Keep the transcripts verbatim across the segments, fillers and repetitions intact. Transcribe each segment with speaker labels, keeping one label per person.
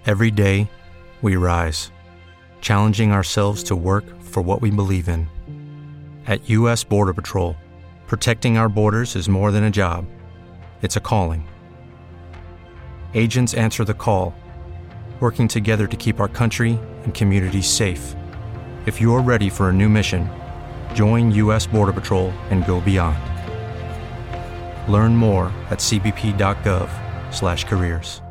Speaker 1: Every day, we rise, challenging ourselves to work for what we believe in. At U S Border Patrol, protecting our borders is more than a job. It's a calling. Agents answer the call, working together to keep our country and communities safe. If you're ready for a new mission, join U S Border Patrol and go beyond. Learn more at c b p dot gov slash careers.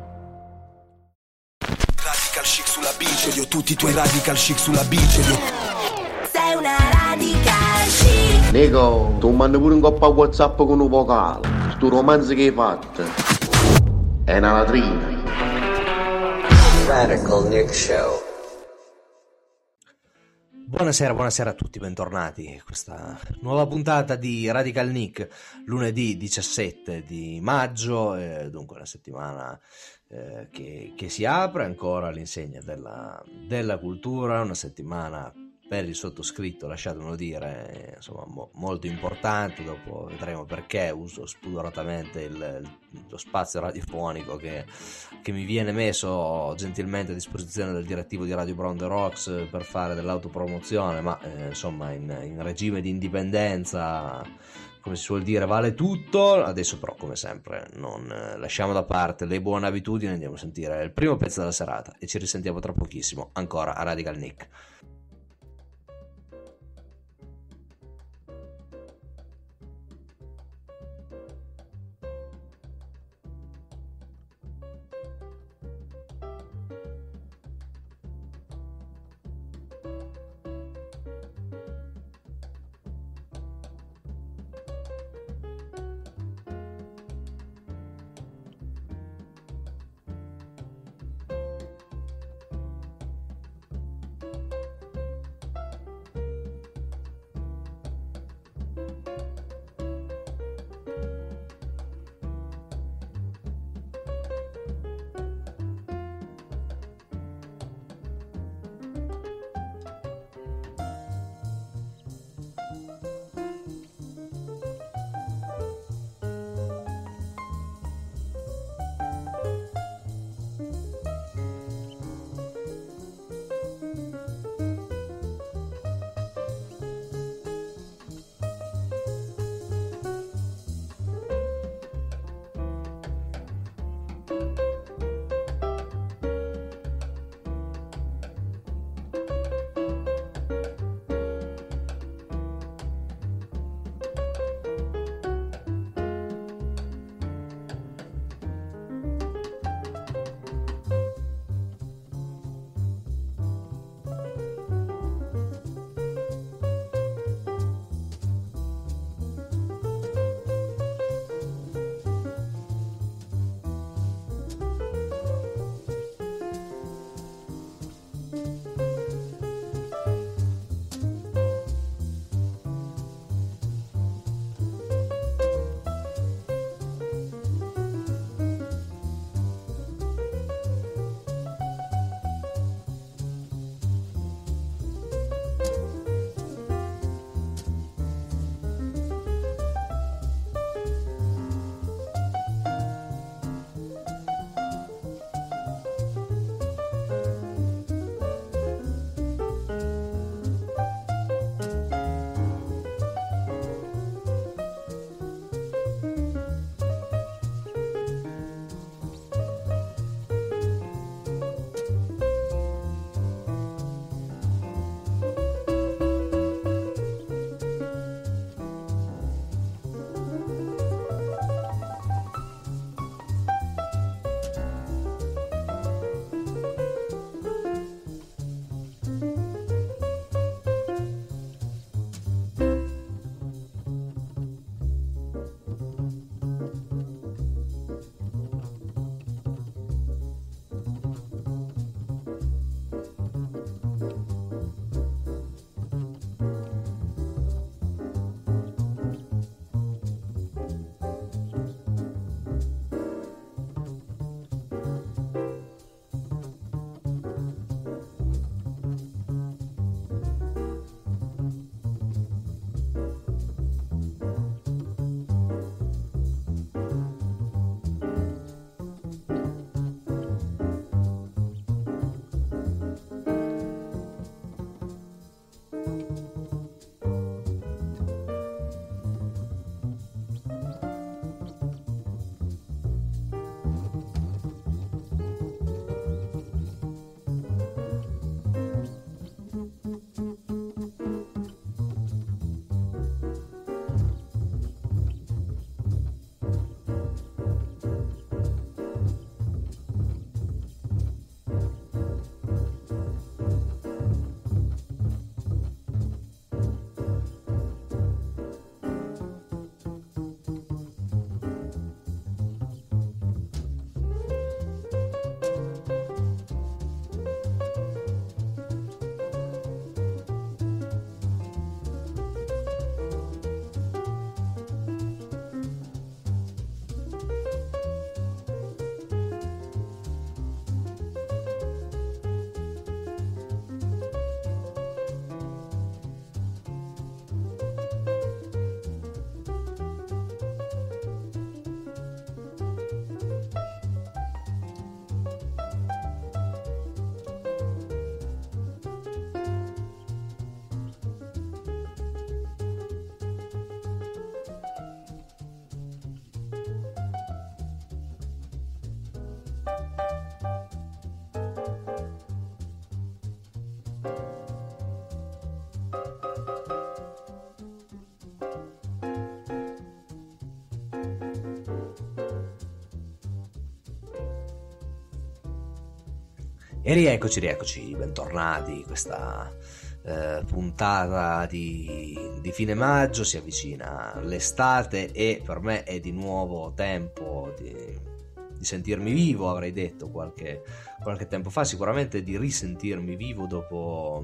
Speaker 2: Radical chic sulla bici, odio tutti i tuoi radical chic sulla bici.
Speaker 3: Sei una radical chic.
Speaker 4: Nego, tu mandi pure un coppa WhatsApp con un vocale. Sto romanzo che hai fatto è una latrina.
Speaker 5: Radical Nick Show.
Speaker 6: Buonasera, buonasera a tutti, bentornati a questa nuova puntata di Radical Nick, lunedì diciassette di maggio, eh, dunque una settimana eh, che, che si apre ancora all'insegna della, della cultura, una settimana per il sottoscritto, lasciatemelo dire, insomma mo, molto importante. Dopo vedremo perché uso spudoratamente il, lo spazio radiofonico che, che mi viene messo gentilmente a disposizione del direttivo di Radio Brown The Rocks per fare dell'autopromozione, ma eh, insomma in, in regime di indipendenza, come si suol dire, vale tutto. Adesso però, come sempre, non eh, lasciamo da parte le buone abitudini, andiamo a sentire il primo pezzo della serata e ci risentiamo tra pochissimo ancora a Radical Nick. E rieccoci, rieccoci, bentornati. Questa eh, puntata di, di fine maggio, si avvicina l'estate e per me è di nuovo tempo di, di sentirmi vivo, avrei detto qualche, qualche tempo fa, sicuramente di risentirmi vivo dopo,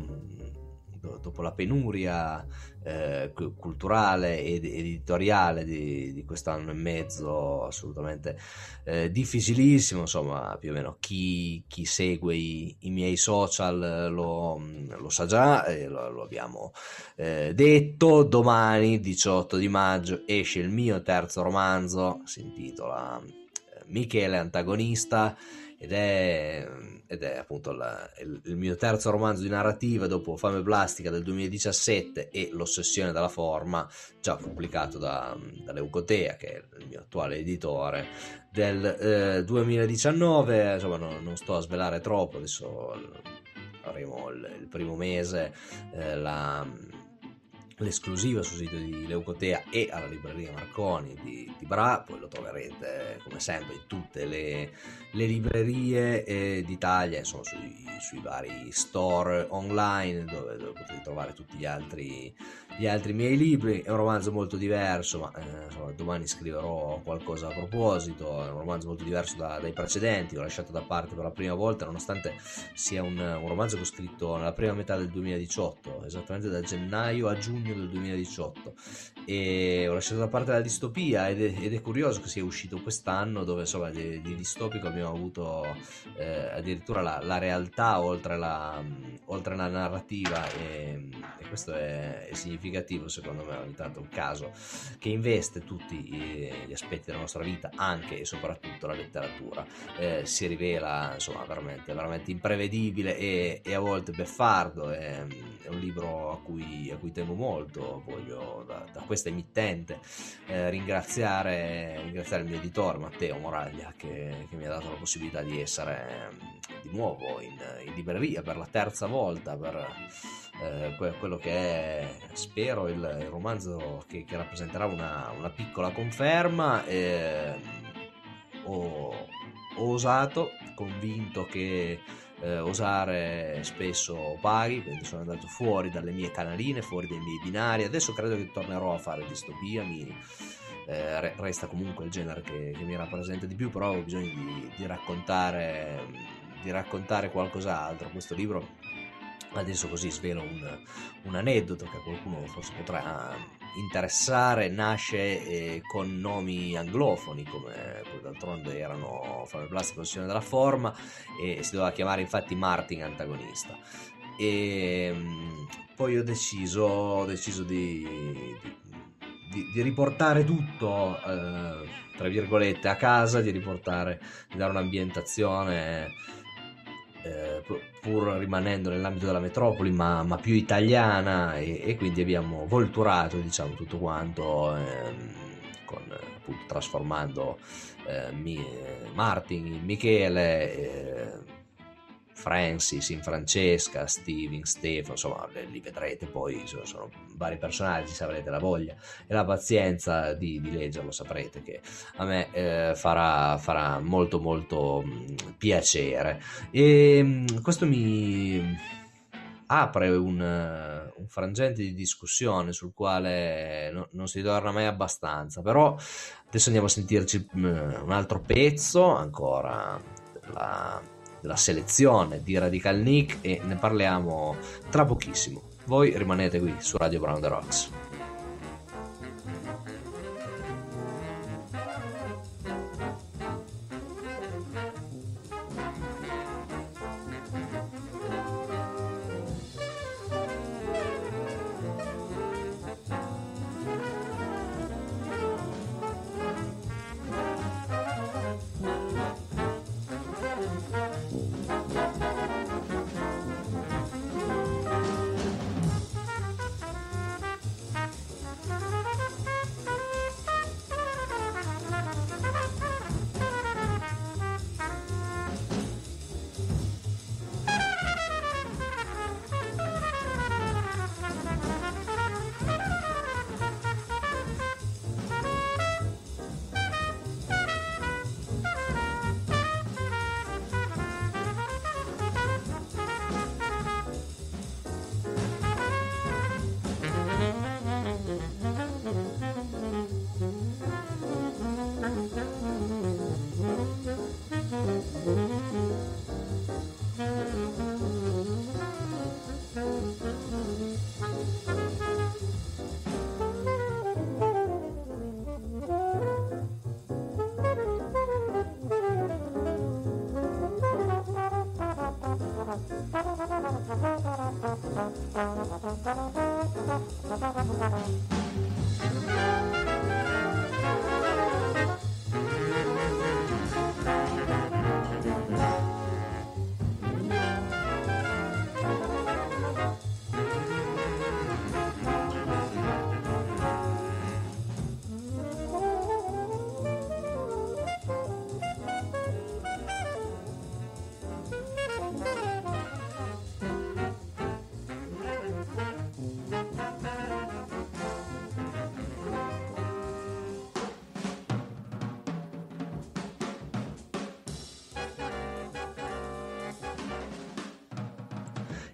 Speaker 6: dopo la penuria eh, culturale ed editoriale di, di quest'anno e mezzo assolutamente eh, difficilissimo. Insomma, più o meno chi, chi segue i, i miei social lo, lo sa già, eh, lo, lo abbiamo eh, detto. Domani diciotto di maggio esce il mio terzo romanzo, si intitola eh, Michele Antagonista, ed è, ed è appunto la, il, il mio terzo romanzo di narrativa dopo Fame Plastica del duemiladiciassette e L'ossessione della forma, già pubblicato da, da Leucotea, che è il mio attuale editore, del eh, duemiladiciannove. Insomma, no, non sto a svelare troppo, adesso avremo il, il primo mese eh, la... l'esclusiva sul sito di Leucotea e alla libreria Marconi di, di Bra. Poi lo troverete come sempre in tutte le, le librerie eh, d'Italia, insomma sui, sui vari store online dove, dove potete trovare tutti gli altri, gli altri miei libri. È un romanzo molto diverso, ma eh, insomma, domani scriverò qualcosa a proposito. È un romanzo molto diverso da, dai precedenti, l'ho lasciato da parte per la prima volta, nonostante sia un, un romanzo che ho scritto nella prima metà del duemiladiciotto, esattamente da gennaio a giugno del duemiladiciotto, e ho lasciato da parte la distopia, ed è, ed è curioso che sia uscito quest'anno, dove insomma di, di distopico abbiamo avuto eh, addirittura la, la realtà oltre la, oltre la narrativa, e, e questo è, è significativo secondo me. Ogni tanto è un caso che investe tutti gli aspetti della nostra vita, anche e soprattutto la letteratura. Eh, si rivela insomma veramente, veramente imprevedibile e, e a volte beffardo. È, è un libro a cui, a cui tengo molto. Voglio da, da questa emittente eh, ringraziare, ringraziare il mio editore Matteo Moraglia, che, che mi ha dato la possibilità di essere di nuovo in, in libreria per la terza volta, per eh, quello che è, spero, il, il romanzo che, che rappresenterà una, una piccola conferma. Eh, ho, ho osato, convinto che Eh, osare spesso paghi, quindi sono andato fuori dalle mie canaline, fuori dai miei binari. Adesso credo che tornerò a fare distopia, mi eh, resta comunque il genere che, che mi rappresenta di più, però ho bisogno di, di raccontare di raccontare qualcos'altro. Questo libro, adesso così svelo un, un aneddoto che a qualcuno forse potrà interessare, nasce eh, con nomi anglofoni, come d'altronde erano Fame Plastica, L'ossessione della forma, e si doveva chiamare infatti Martin Antagonista. E mh, poi ho deciso, ho deciso di, di, di riportare tutto eh, tra virgolette a casa, di riportare, di dare un'ambientazione Eh, pur rimanendo nell'ambito della metropoli, ma, ma più italiana, e, e quindi abbiamo volturato, diciamo, tutto quanto ehm, con, appunto, trasformando eh, mi, Martin in Michele, eh, Francis in Francesca, Steve in Stefano. Insomma, li vedrete poi, sono, sono vari personaggi. Se avrete la voglia e la pazienza di, di leggerlo, saprete che a me eh, farà, farà molto molto mh, piacere. E mh, questo mi apre un, un frangente di discussione sul quale no, non si torna mai abbastanza. Però adesso andiamo a sentirci mh, un altro pezzo ancora della della selezione di Radical Nick, e ne parliamo tra pochissimo. Voi rimanete qui su Radio Brown The Rocks.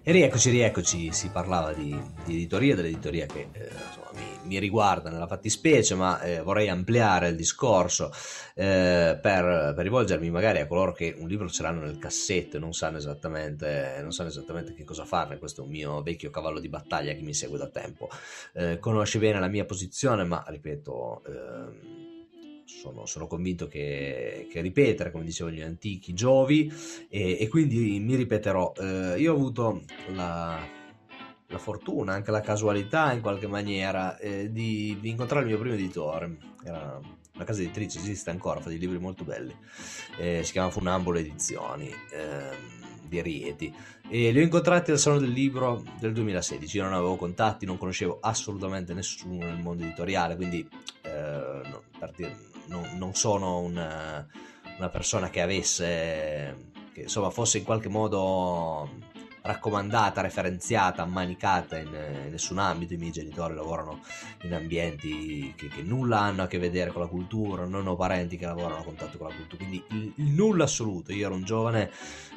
Speaker 6: E rieccoci, rieccoci, si parlava di, di editoria, dell'editoria che eh, insomma, mi, mi riguarda nella fattispecie, ma eh, vorrei ampliare il discorso eh, per, per rivolgermi magari a coloro che un libro ce l'hanno nel cassetto e non sanno esattamente, non sanno esattamente che cosa farne. Questo è un mio vecchio cavallo di battaglia che mi segue da tempo. Eh, conosce bene la mia posizione, ma ripeto... Eh, Sono, sono convinto che, che ripetere, come dicevano gli antichi, giovi, e, e quindi mi ripeterò. Eh, io ho avuto la, la fortuna, anche la casualità in qualche maniera, eh, di, di incontrare il mio primo editore. Era una casa editrice, esiste ancora, fa dei libri molto belli, eh, si chiama Funambolo Edizioni, eh, di Rieti, e li ho incontrati al Salone del Libro del duemilasedici. Io non avevo contatti, non conoscevo assolutamente nessuno nel mondo editoriale, quindi eh, no, per dire, non, non sono una, una persona che avesse, che insomma fosse in qualche modo raccomandata, referenziata, ammanicata in, in nessun ambito. I miei genitori lavorano in ambienti che, che nulla hanno a che vedere con la cultura, non ho parenti che lavorano a contatto con la cultura, quindi il, il nulla assoluto. Io ero un giovane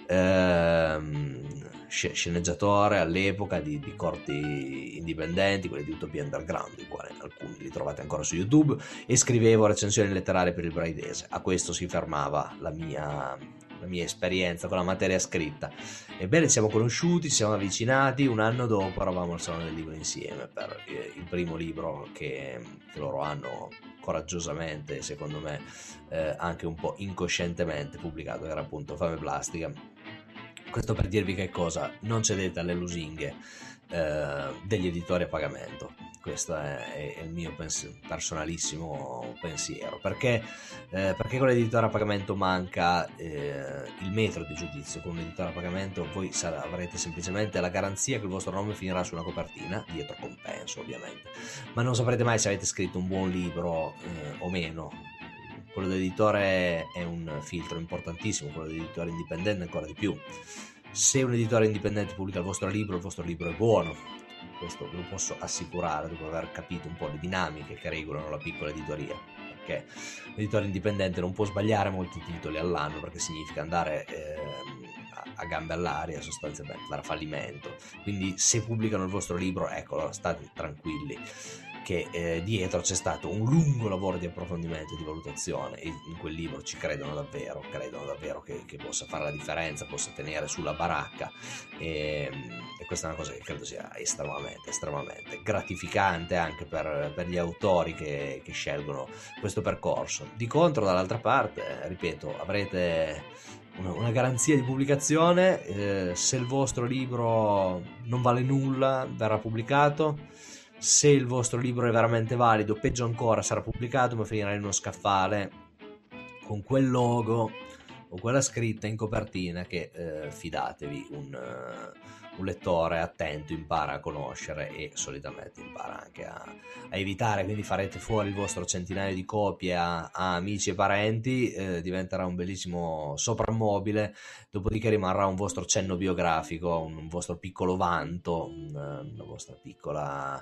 Speaker 6: ehm, sceneggiatore all'epoca di, di corti indipendenti, quelli di Utopia Underground, i quali alcuni li trovate ancora su YouTube, e scrivevo recensioni letterarie per il Braidese. A questo si fermava la mia... la mia esperienza con la materia scritta. Ebbene, ci siamo conosciuti, ci siamo avvicinati. Un anno dopo eravamo al Salone del Libro insieme per il primo libro che, che loro hanno coraggiosamente, secondo me eh, anche un po' incoscientemente pubblicato, che era appunto Fame Plastica. Questo per dirvi che cosa: non cedete alle lusinghe eh, degli editori a pagamento. Questo è, è il mio pens- personalissimo pensiero, perché, eh, perché con l'editore a pagamento manca eh, il metro di giudizio. Con un editore a pagamento voi sarà, avrete semplicemente la garanzia che il vostro nome finirà su una copertina, dietro compenso ovviamente, ma non saprete mai se avete scritto un buon libro eh, o meno. Quello dell'editore è un filtro importantissimo, quello dell'editore indipendente ancora di più. Se un editore indipendente pubblica il vostro libro, il vostro libro è buono. Questo ve lo posso assicurare dopo aver capito un po' le dinamiche che regolano la piccola editoria, perché l'editore indipendente non può sbagliare molti titoli all'anno, perché significa andare eh, a, a gambe all'aria, sostanzialmente andare a fallimento. Quindi se pubblicano il vostro libro, ecco, state tranquilli che eh, dietro c'è stato un lungo lavoro di approfondimento e di valutazione, e in quel libro ci credono davvero, credono davvero che, che possa fare la differenza, possa tenere sulla baracca, e, e questa è una cosa che credo sia estremamente, estremamente gratificante anche per, per gli autori che, che scelgono questo percorso. Di contro, dall'altra parte, ripeto, avrete una, una garanzia di pubblicazione. Eh, se il vostro libro non vale nulla, verrà pubblicato. Se il vostro libro è veramente valido, peggio ancora, sarà pubblicato, ma finirà in uno scaffale con quel logo o quella scritta in copertina che, eh, fidatevi, un, uh, un lettore attento impara a conoscere e solitamente impara anche a, a evitare. Quindi farete fuori il vostro centinaio di copie a, a amici e parenti, eh, diventerà un bellissimo soprammobile, dopodiché rimarrà un vostro cenno biografico, un, un vostro piccolo vanto, una, una vostra piccola,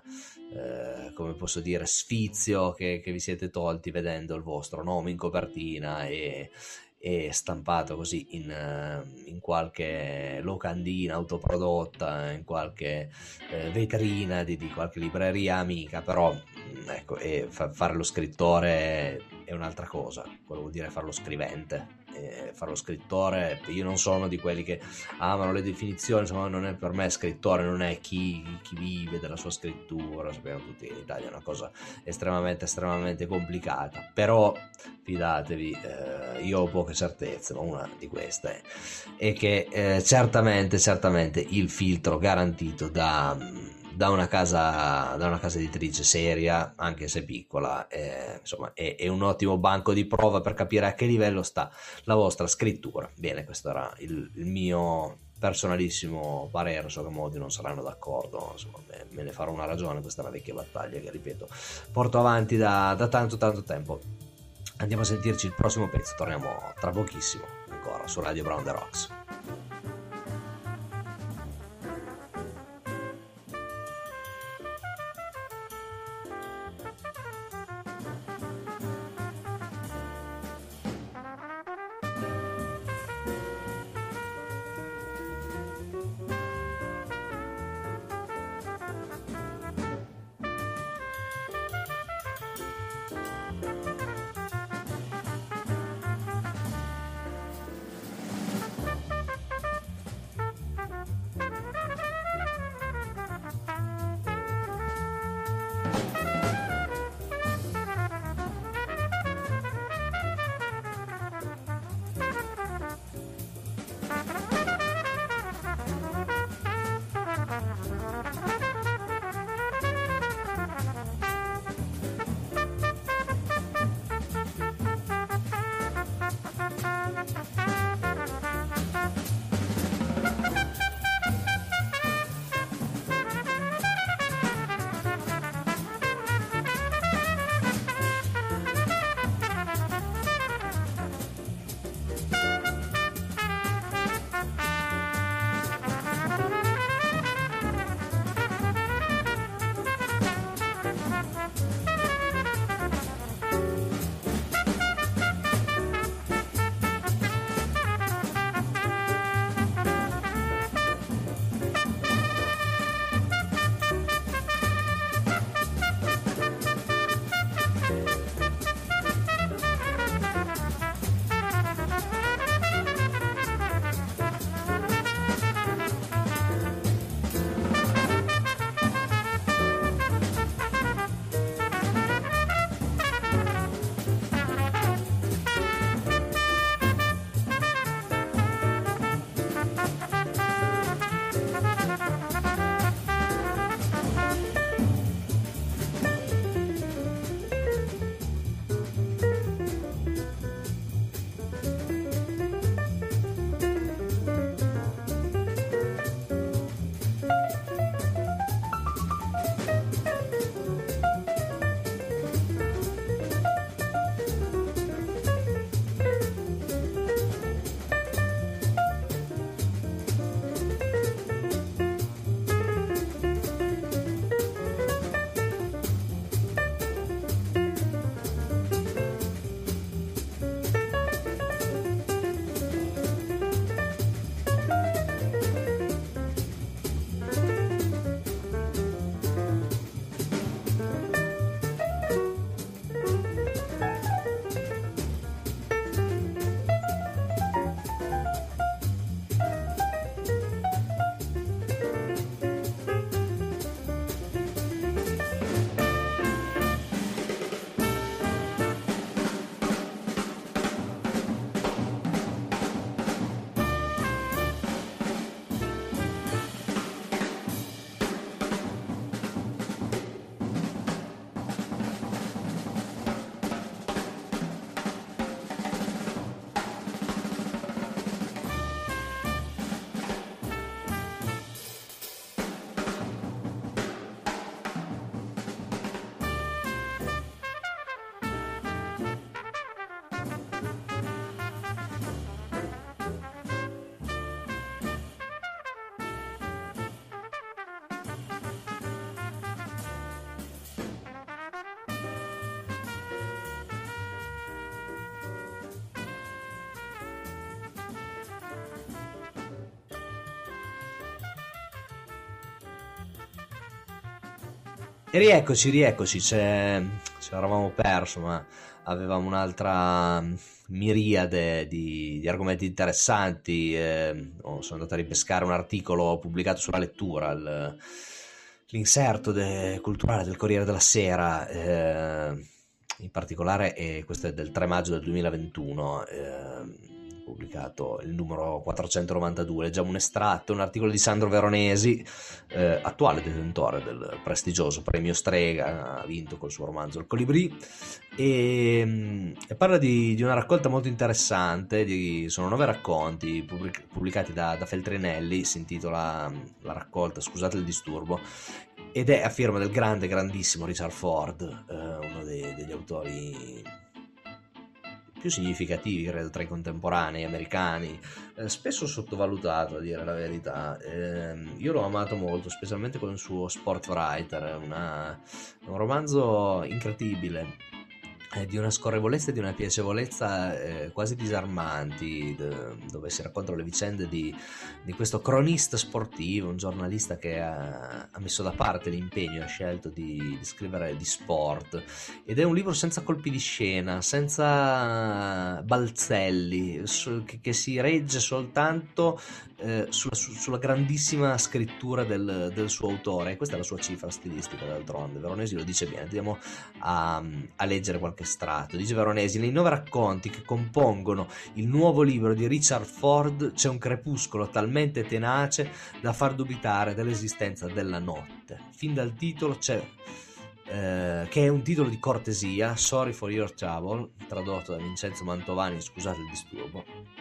Speaker 6: eh, come posso dire, sfizio che, che vi siete tolti vedendo il vostro nome in copertina e e stampato così in, in qualche locandina autoprodotta, in qualche eh, vetrina di, di qualche libreria amica. Però ecco, e fa, fare lo scrittore è un'altra cosa, quello vuol dire fare lo scrivente. E fare lo scrittore, io non sono di quelli che amano le definizioni, insomma, non è per me scrittore, non è chi, chi vive della sua scrittura. Sappiamo tutti che in Italia è una cosa estremamente estremamente complicata, però fidatevi, eh, io ho poche certezze, ma una di queste è, è che eh, certamente certamente il filtro garantito da da una casa da una casa editrice seria, anche se piccola, eh, insomma è, è un ottimo banco di prova per capire a che livello sta la vostra scrittura. Bene, questo era il, il mio personalissimo parere, so che molti non saranno d'accordo, insomma me, me ne farò una ragione. Questa è una vecchia battaglia che, ripeto, porto avanti da, da tanto tanto tempo. Andiamo a sentirci il prossimo pezzo, torniamo tra pochissimo ancora su Radio Brown The Rocks. E rieccoci, rieccoci, c'è... ci eravamo perso, ma avevamo un'altra miriade di, di argomenti interessanti. Eh, oh, sono andato a ripescare un articolo pubblicato sulla lettura, il, l'inserto de, culturale del Corriere della Sera, eh, in particolare, e questo è del tre maggio del duemilaventuno, eh, pubblicato il numero quattrocentonovantadue. Leggiamo un estratto, un articolo di Sandro Veronesi, eh, attuale detentore del prestigioso premio Strega, ha vinto col suo romanzo Il Colibrì, e, e parla di, di una raccolta molto interessante, di, sono nove racconti pubblic- pubblicati da, da Feltrinelli, si intitola la raccolta, scusate il disturbo, ed è a firma del grande, grandissimo Richard Ford, eh, uno dei, degli autori più significativi, credo, tra i contemporanei americani, eh, spesso sottovalutato, a dire la verità. Eh, io l'ho amato molto, specialmente con il suo Sportwriter, una, un romanzo incredibile, eh, di una scorrevolezza e di una piacevolezza eh, quasi disarmanti, de, dove si raccontano le vicende di, di questo cronista sportivo, un giornalista che ha, ha messo da parte l'impegno, ha scelto di, di scrivere di sport, ed è un libro senza colpi di scena, senza balzelli, su, che, che si regge soltanto eh, sulla, su, sulla grandissima scrittura del, del suo autore, e questa è la sua cifra stilistica, d'altronde. Veronesi lo dice bene. Andiamo a, a leggere qualche estratto. Dice Veronesi: nei nove racconti che compongono il nuovo libro di Richard Ford c'è un crepuscolo talmente tenace da far dubitare dell'esistenza della notte. Fin dal titolo c'è eh, che è un titolo di cortesia, Sorry for Your Trouble, tradotto da Vincenzo Mantovani, scusate il disturbo.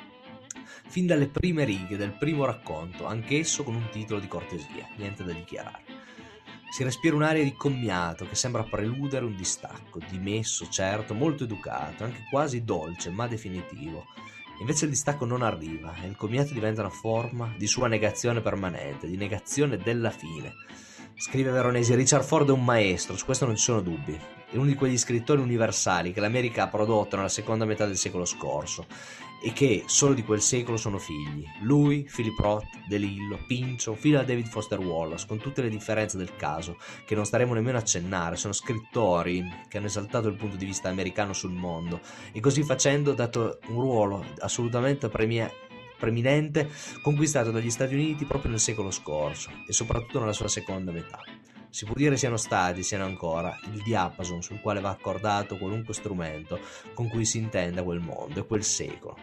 Speaker 6: Fin dalle prime righe del primo racconto, anch'esso con un titolo di cortesia, niente da dichiarare. Si respira un'aria di commiato che sembra preludere un distacco, dimesso, certo, molto educato, anche quasi dolce, ma definitivo. Invece il distacco non arriva e il commiato diventa una forma di sua negazione permanente, di negazione della fine. Scrive Veronesi: Richard Ford è un maestro, su questo non ci sono dubbi. È uno di quegli scrittori universali che l'America ha prodotto nella seconda metà del secolo scorso e che solo di quel secolo sono figli. Lui, Philip Roth, De Lillo, Pincho, fino a David Foster Wallace, con tutte le differenze del caso, che non staremo nemmeno a accennare. Sono scrittori che hanno esaltato il punto di vista americano sul mondo e così facendo dato un ruolo assolutamente premia- preminente conquistato dagli Stati Uniti proprio nel secolo scorso e soprattutto nella sua seconda metà. Si può dire siano stati, siano ancora, il diapason sul quale va accordato qualunque strumento con cui si intenda quel mondo e quel secolo.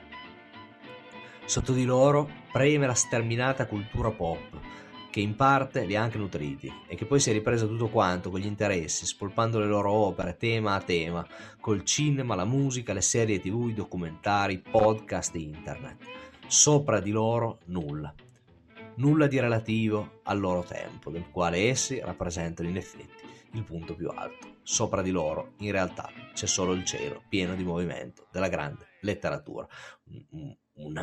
Speaker 6: Sotto di loro preme la sterminata cultura pop, che in parte li ha anche nutriti e che poi si è ripresa tutto quanto con gli interessi, spolpando le loro opere tema a tema, col cinema, la musica, le serie tv, i documentari, podcast e internet. Sopra di loro nulla. Nulla di relativo al loro tempo, del quale essi rappresentano in effetti il punto più alto. Sopra di loro, in realtà, c'è solo il cielo, pieno di movimento della grande letteratura. Un, un,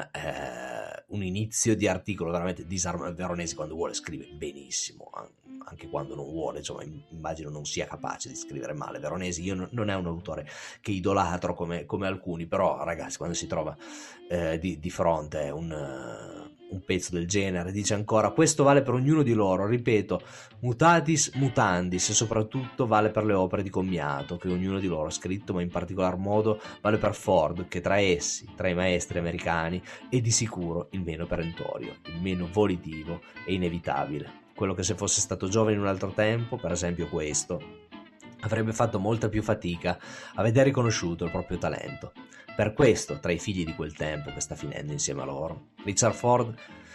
Speaker 6: eh, un inizio di articolo veramente disarmante. Veronesi, quando vuole, scrive benissimo, anche quando non vuole, insomma, immagino non sia capace di scrivere male. Veronesi, io non, non è un autore che idolatro come, come alcuni, però, ragazzi, quando si trova eh, di, di fronte un... Uh, un pezzo del genere, dice ancora: questo vale per ognuno di loro, ripeto, mutatis mutandis, e soprattutto vale per le opere di commiato che ognuno di loro ha scritto, ma in particolar modo vale per Ford, che tra essi, tra i maestri americani, è di sicuro il meno perentorio, il meno volitivo e inevitabile, quello che se fosse stato giovane in un altro tempo, per esempio questo, avrebbe fatto molta più fatica a vedere riconosciuto il proprio talento. Per questo, tra i figli di quel tempo che sta finendo insieme a loro, Richard Ford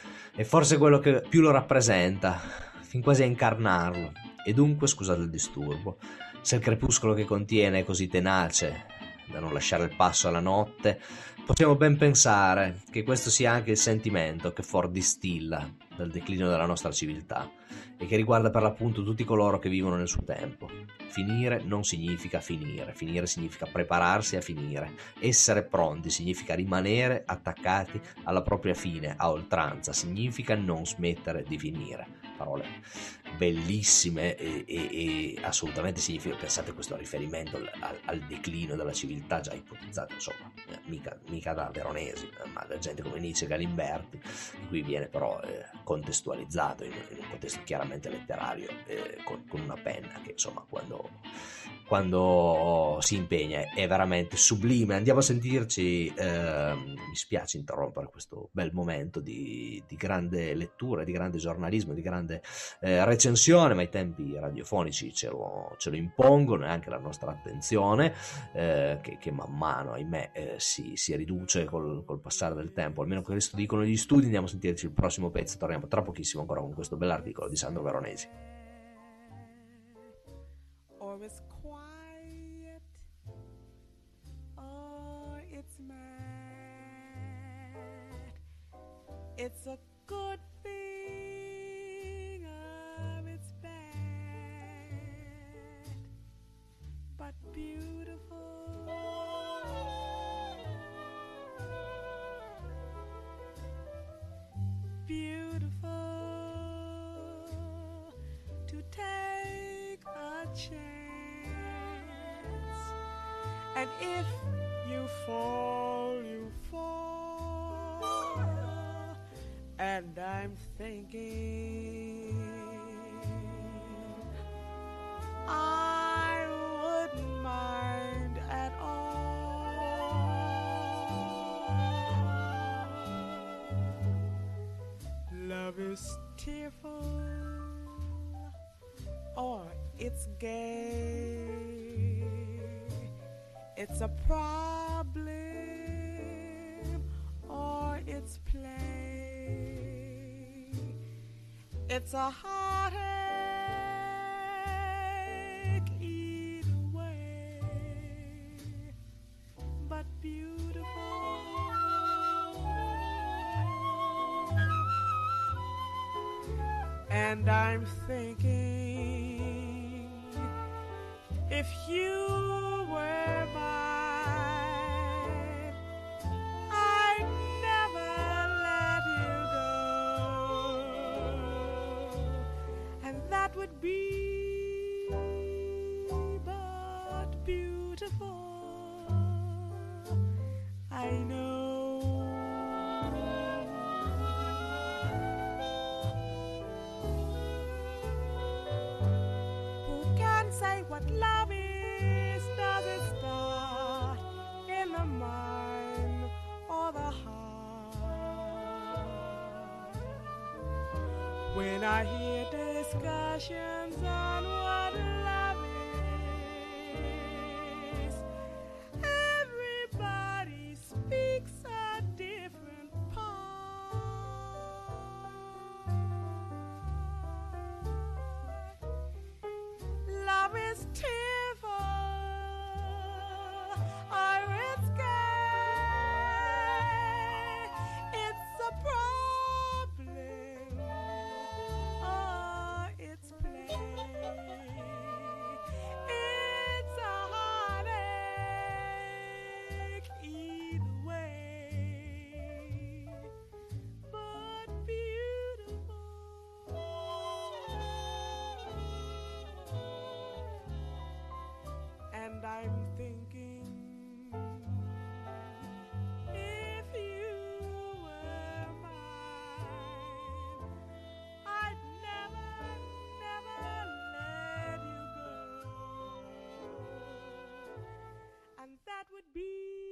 Speaker 6: è forse quello che più lo rappresenta, fin quasi a incarnarlo. E dunque, scusate il disturbo, se il crepuscolo che contiene è così tenace da non lasciare il passo alla notte, possiamo ben pensare che questo sia anche il sentimento che Ford distilla dal declino della nostra civiltà e che riguarda per l'appunto tutti coloro che vivono nel suo tempo. Finire non significa finire, finire significa prepararsi a finire, essere pronti significa rimanere attaccati alla propria fine a oltranza, significa non smettere di finire. Parole bellissime e, e, e assolutamente significa, pensate a questo riferimento al, al declino della civiltà già ipotizzato, insomma, eh, mica, mica da Veronesi, ma da gente come Nietzsche e Galimberti, di cui viene però... Eh, contestualizzato in, in un contesto chiaramente letterario, eh, con, con una penna che insomma quando, quando si impegna è veramente sublime. Andiamo a sentirci, eh, mi spiace interrompere questo bel momento di, di grande lettura, di grande giornalismo, di grande eh, recensione, ma i tempi radiofonici ce lo, ce lo impongono, e anche la nostra attenzione eh, che, che man mano, ahimè, eh, si, si riduce col, col passare del tempo, almeno questo dicono gli studi. Andiamo a sentirci il prossimo pezzo, torniamo tra pochissimo ancora con questo bell'articolo di Sandro Veronesi.
Speaker 5: Or it's quiet, or it's mad. It's a good thing, or it's bad, but beautiful. Beautiful to take a chance, and if you fall, you fall, and I'm thinking I wouldn't mind at all. Love is tearful, or it's gay. It's a problem, or it's play. It's a heartache either way, but beautiful. And I'm thinking, if you were mine, I'd never let you go, and that would be but beautiful. I know. Say what love is, does it start in the mind or the heart? When I hear discussions on what love is, everybody speaks a different part. Love is tearful, or it's gay. It's a problem, or it's play. It's a heartache either way, but beautiful. And I'm thinking, if you were mine, I'd never, never let you go, and that would be.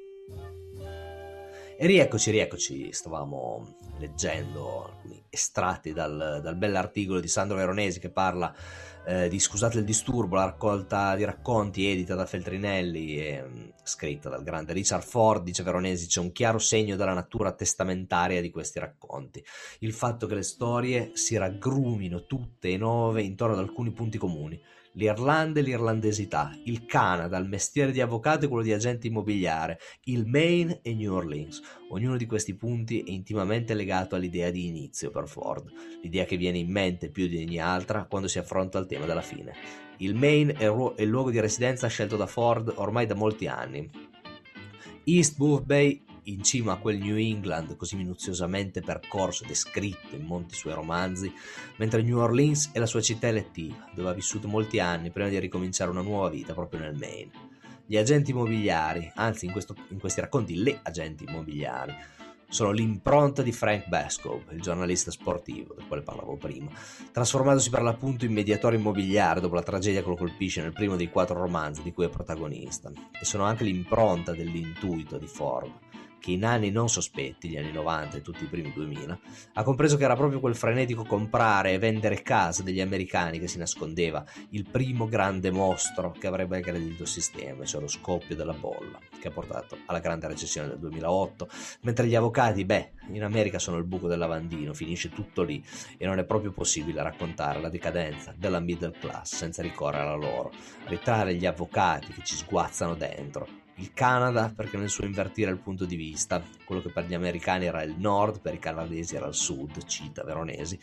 Speaker 6: E rieccoci, rieccoci, stavamo leggendo alcuni estratti dal, dal bell'articolo di Sandro Veronesi che parla eh, di Scusate il disturbo, la raccolta di racconti edita da Feltrinelli e mh, scritta dal grande Richard Ford. Dice Veronesi: c'è un chiaro segno della natura testamentaria di questi racconti, il fatto che le storie si raggrumino tutte e nove intorno ad alcuni punti comuni: l'Irlanda e l'irlandesità, il Canada, il mestiere di avvocato e quello di agente immobiliare, il Maine e New Orleans. Ognuno di questi punti è intimamente legato all'idea di inizio per Ford, l'idea che viene in mente più di ogni altra quando si affronta il tema della fine. Il Maine è il luogo di residenza scelto da Ford ormai da molti anni. East Booth Bay, in cima a quel New England così minuziosamente percorso e descritto in molti suoi romanzi, mentre New Orleans è la sua città elettiva, dove ha vissuto molti anni prima di ricominciare una nuova vita proprio nel Maine. Gli agenti immobiliari, anzi in, questo, in questi racconti le agenti immobiliari, sono l'impronta di Frank Bascombe, il giornalista sportivo del quale parlavo prima, trasformatosi per l'appunto in mediatore immobiliare dopo la tragedia che lo colpisce nel primo dei quattro romanzi di cui è protagonista, e sono anche l'impronta dell'intuito di Ford, che in anni non sospetti, gli anni novanta e tutti i primi duemila, ha compreso che era proprio quel frenetico comprare e vendere case degli americani che si nascondeva il primo grande mostro che avrebbe aggredito il sistema, cioè lo scoppio della bolla, che ha portato alla grande recessione del duemilaotto, mentre gli avvocati, beh, in America sono il buco del lavandino, finisce tutto lì e non è proprio possibile raccontare la decadenza della middle class senza ricorrere a loro, ritrarre gli avvocati che ci sguazzano dentro. Il Canada perché nel suo invertire il punto di vista, quello che per gli americani era il nord, per i canadesi era il sud, cita Veronesi,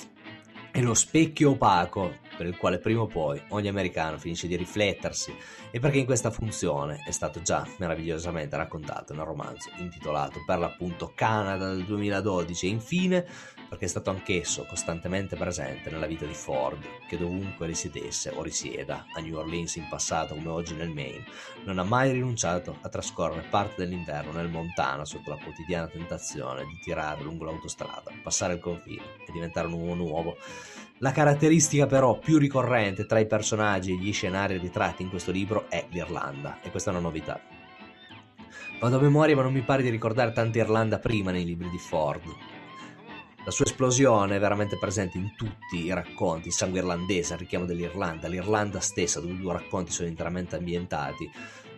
Speaker 6: è lo specchio opaco per il quale prima o poi ogni americano finisce di riflettersi, e perché in questa funzione è stato già meravigliosamente raccontato nel romanzo intitolato per l'appunto Canada del duemiladodici, e infine perché è stato anch'esso costantemente presente nella vita di Ford, che dovunque risiedesse o risieda, a New Orleans in passato come oggi nel Maine, non ha mai rinunciato a trascorrere parte dell'inverno nel Montana sotto la quotidiana tentazione di tirare lungo l'autostrada, passare il confine e diventare un uomo nuovo. La caratteristica però più ricorrente tra i personaggi e gli scenari ritratti in questo libro è l'Irlanda, e questa è una novità. Vado a memoria, ma non mi pare di ricordare tanta Irlanda prima nei libri di Ford. La sua esplosione è veramente presente in tutti i racconti, il sangue irlandese, il richiamo dell'Irlanda, l'Irlanda stessa, dove i due racconti sono interamente ambientati,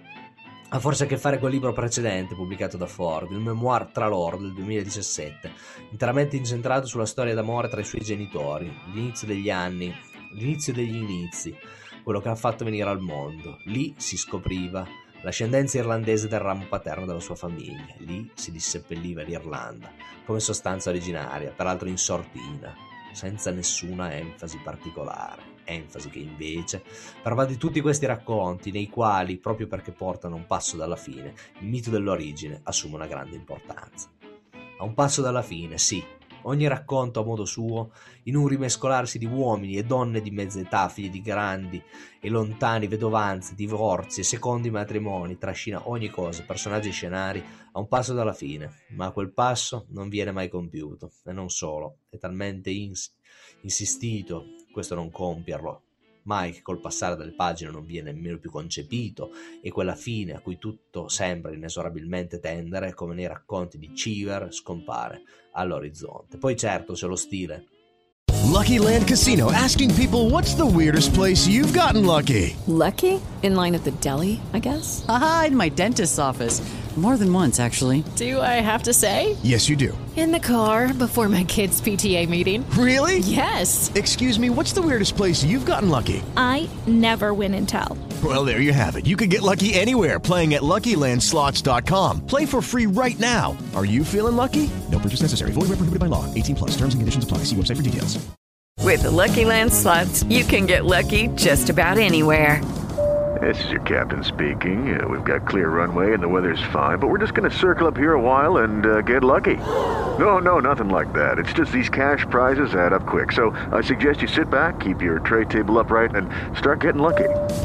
Speaker 6: ha forse a che fare col libro precedente pubblicato da Ford, il Memoir tra loro del duemiladiciassette, interamente incentrato sulla storia d'amore tra i suoi genitori, l'inizio degli anni, l'inizio degli inizi, quello che ha fatto venire al mondo. Lì si scopriva l'ascendenza irlandese del ramo paterno della sua famiglia, lì si disseppelliva l'Irlanda come sostanza originaria, peraltro in sordina, senza nessuna enfasi particolare, enfasi che invece pervade tutti questi racconti, nei quali, proprio perché portano un passo dalla fine, il mito dell'origine assume una grande importanza. A un passo dalla fine, sì, ogni racconto a modo suo, in un rimescolarsi di uomini e donne di mezza età, figli di grandi e lontani vedovanze, divorzi e secondi matrimoni, trascina ogni cosa, personaggi e scenari, a un passo dalla fine, ma quel passo non viene mai compiuto, e non solo, è talmente ins- insistito questo non compierlo mai, che col passare delle pagine non viene nemmeno più concepito, e quella fine a cui tutto sembra inesorabilmente tendere, come nei racconti di Cheever, scompare all'orizzonte. Poi certo c'è lo stile.
Speaker 7: Lucky Land Casino, asking people, what's the weirdest place you've gotten lucky?
Speaker 8: Lucky? In line at the deli, I guess?
Speaker 9: Aha, in my dentist's office. More than once, actually.
Speaker 8: Do I have to say?
Speaker 7: Yes, you do.
Speaker 8: In the car before my kids' P T A meeting.
Speaker 7: Really?
Speaker 8: Yes.
Speaker 7: Excuse me, what's the weirdest place you've gotten lucky?
Speaker 10: I never win and tell.
Speaker 7: Well, there you have it. You can get lucky anywhere, playing at Lucky Land Slots dot com. Play for free right now. Are you feeling lucky? No purchase necessary. Void where prohibited by law. eighteen plus. Terms and conditions apply. See website for details.
Speaker 9: With the Lucky Land Slots, you can get lucky just about anywhere.
Speaker 11: This is your captain speaking. Uh, we've got clear runway and the weather's fine, but we're just going to circle up here a while and uh, get lucky. No, no, nothing like that. It's just these cash prizes add up quick. So I suggest you sit back, keep your tray table upright, and start getting lucky.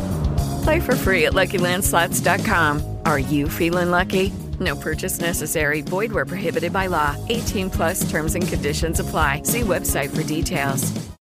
Speaker 9: Play for free at Lucky Land Slots dot com. Are you feeling lucky? No purchase necessary. Void where prohibited by law. eighteen plus terms and conditions apply. See website for details.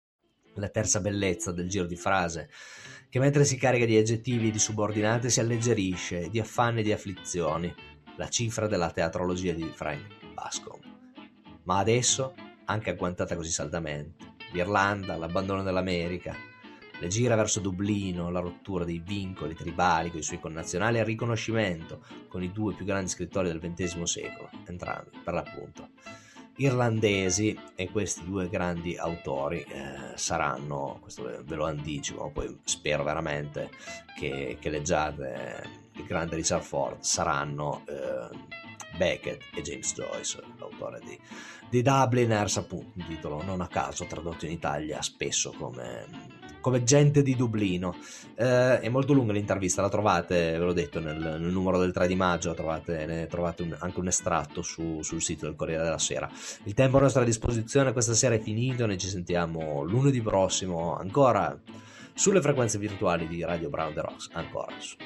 Speaker 6: La terza bellezza del giro di frase, che mentre si carica di aggettivi e di subordinate si alleggerisce di affanni e di afflizioni, la cifra della teatrologia di Frank Bascombe. Ma adesso, anche agguantata così saldamente, l'Irlanda, l'abbandono dell'America, le gira verso Dublino, la rottura dei vincoli tribali con i suoi connazionali e il riconoscimento con i due più grandi scrittori del ventesimo secolo, entrambi per l'appunto irlandesi, e questi due grandi autori eh, saranno, questo ve lo anticipo, ma poi spero veramente che, che leggiate il grande Richard Ford, saranno eh, Beckett e James Joyce, l'autore di, di Dubliners, appunto, un titolo non a caso tradotto in Italia spesso come... come gente di Dublino. Eh, è molto lunga l'intervista, la trovate, ve l'ho detto, nel, nel numero del tre di maggio, trovate, ne trovate un, anche un estratto su, sul sito del Corriere della Sera. Il tempo a nostra disposizione questa sera è finito, noi ci sentiamo lunedì prossimo, ancora sulle frequenze virtuali di Radio Brown The Rocks, ancora su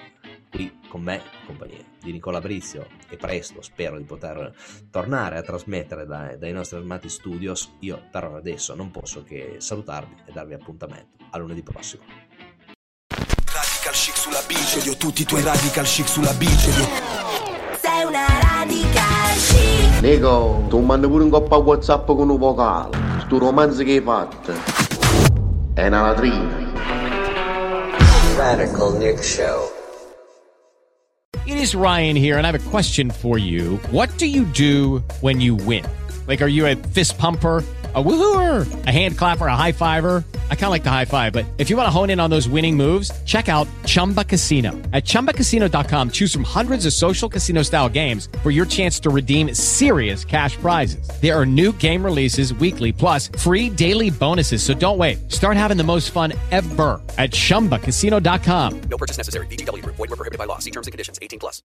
Speaker 6: qui con me, in compagnia di Nicola Brizio, e presto spero di poter tornare a trasmettere dai, dai nostri armati studios. Io per adesso non posso che salutarvi e darvi appuntamento a lunedì prossimo.
Speaker 2: Radical chic sulla bici, odio tutti i tuoi radical chic sulla bici.
Speaker 3: Sei una radical chic.
Speaker 4: Nico, tu mandi pure un coppa WhatsApp con un vocale. Sto romanzo che hai fatto è una latrina.
Speaker 12: Radical Nick Show.
Speaker 13: It is Ryan here, and I have a question for you. What do you do when you win? Like, are you a fist pumper, a woohooer, a hand clapper, a high fiver? I kind of like the high five, but if you want to hone in on those winning moves, check out Chumba Casino. At chumba casino dot com, choose from hundreds of social casino style games for your chance to redeem serious cash prizes. There are new game releases weekly, plus free daily bonuses. So don't wait. Start having the most fun ever at chumba casino dot com.
Speaker 14: No purchase necessary. V G W Group. Void where prohibited by law. See terms and conditions. eighteen plus.